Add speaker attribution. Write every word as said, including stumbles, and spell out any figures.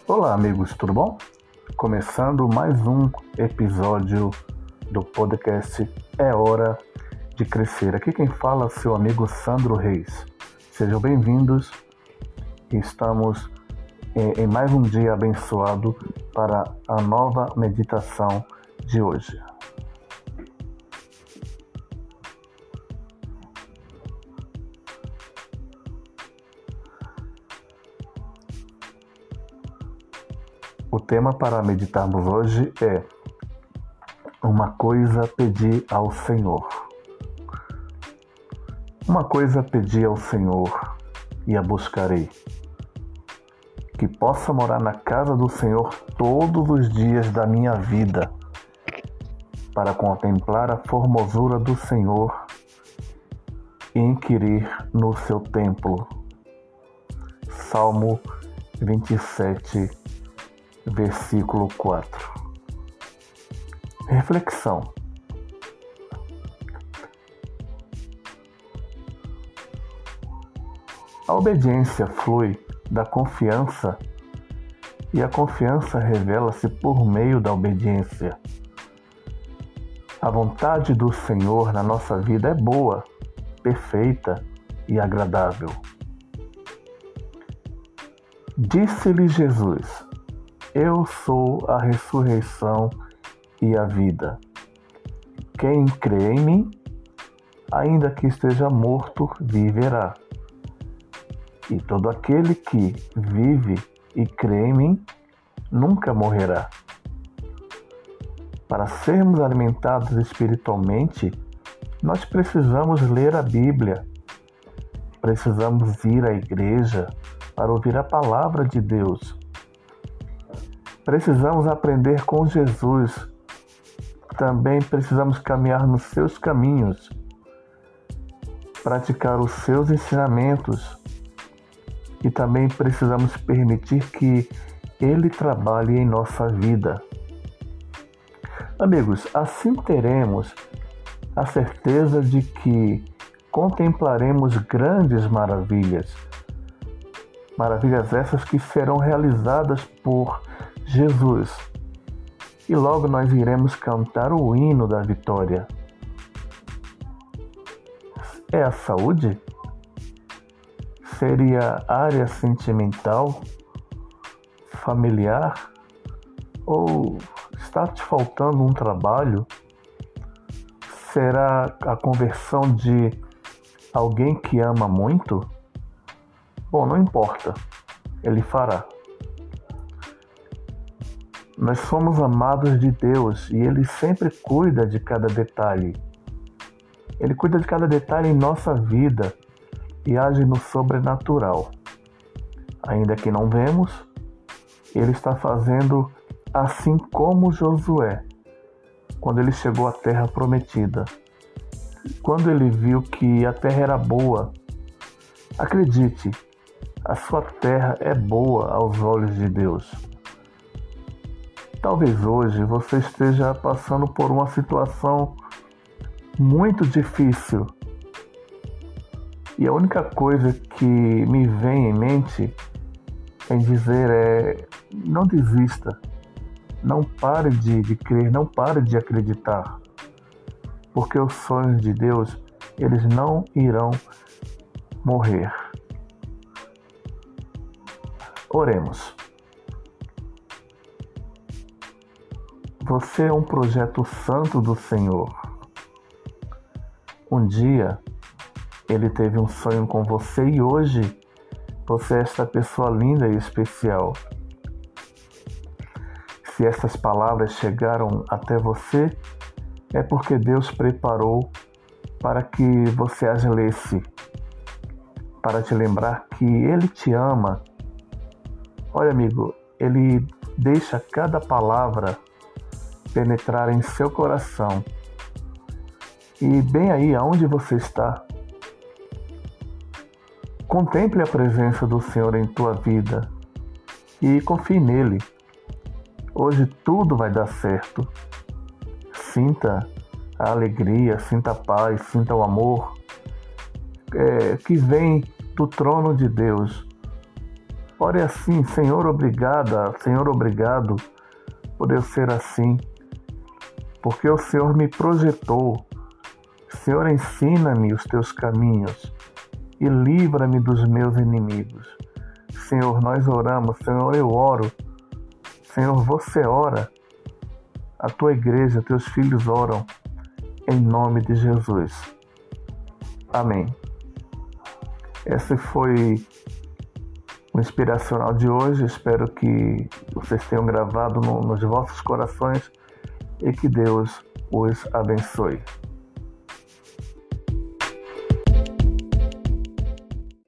Speaker 1: Olá, amigos, tudo bom? Começando mais um episódio do podcast É Hora de Crescer. Aqui quem fala é o seu amigo Sandro Reis. Sejam bem-vindos. Estamos em, em mais um dia abençoado para a nova meditação de hoje. O tema para meditarmos hoje é uma coisa pedi ao Senhor. Uma coisa pedi ao Senhor e a buscarei, que possa morar na casa do Senhor todos os dias da minha vida, para contemplar a formosura do Senhor e inquirir no seu templo. Salmo vinte e sete, versículo quatro. Reflexão. A obediência flui da confiança e a confiança revela-se por meio da obediência. A vontade do Senhor na nossa vida é boa, perfeita e agradável. Disse-lhe Jesus: Eu sou a ressurreição e a vida. Quem crê em mim, ainda que esteja morto, viverá. E todo aquele que vive e crê em mim, nunca morrerá. Para sermos alimentados espiritualmente, nós precisamos ler a Bíblia. Precisamos ir à igreja para ouvir a palavra de Deus. Precisamos aprender com Jesus. Também precisamos caminhar nos seus caminhos, praticar os seus ensinamentos e também precisamos permitir que Ele trabalhe em nossa vida. Amigos, assim teremos a certeza de que contemplaremos grandes maravilhas, maravilhas essas que serão realizadas por Jesus. E logo nós iremos cantar o hino da vitória. É a saúde? Seria área sentimental, familiar? Ou está te faltando um trabalho? Será a conversão de alguém que ama muito? Bom, não importa, Ele fará. Nós somos amados de Deus e Ele sempre cuida de cada detalhe. Ele cuida de cada detalhe em nossa vida e age no sobrenatural. Ainda que não vemos, Ele está fazendo assim como Josué, quando ele chegou à terra prometida. Quando ele viu que a terra era boa, acredite, a sua terra é boa aos olhos de Deus. Talvez hoje você esteja passando por uma situação muito difícil. E a única coisa que me vem em mente em dizer é: não desista. Não pare de, de crer, não pare de acreditar. Porque os sonhos de Deus, eles não irão morrer. Oremos. Você é um projeto santo do Senhor. Um dia, Ele teve um sonho com você e hoje você é esta pessoa linda e especial. Se essas palavras chegaram até você, é porque Deus preparou para que você as lesse, para te lembrar que Ele te ama. Olha, amigo, Ele deixa cada palavra penetrar em seu coração. E bem aí, aonde você está, contemple a presença do Senhor em tua vida e confie nele. Hoje tudo vai dar certo. Sinta a alegria, sinta a paz, sinta o amor é, que vem do trono de Deus. Ore assim: Senhor, obrigada, Senhor, obrigado por eu ser assim, porque o Senhor me projetou. Senhor, ensina-me os teus caminhos e livra-me dos meus inimigos. Senhor, nós oramos. Senhor, eu oro. Senhor, você ora. A tua igreja, teus filhos oram. Em nome de Jesus. Amém. Esse foi o inspiracional de hoje. Espero que vocês tenham gravado no, nos vossos corações e que Deus os abençoe.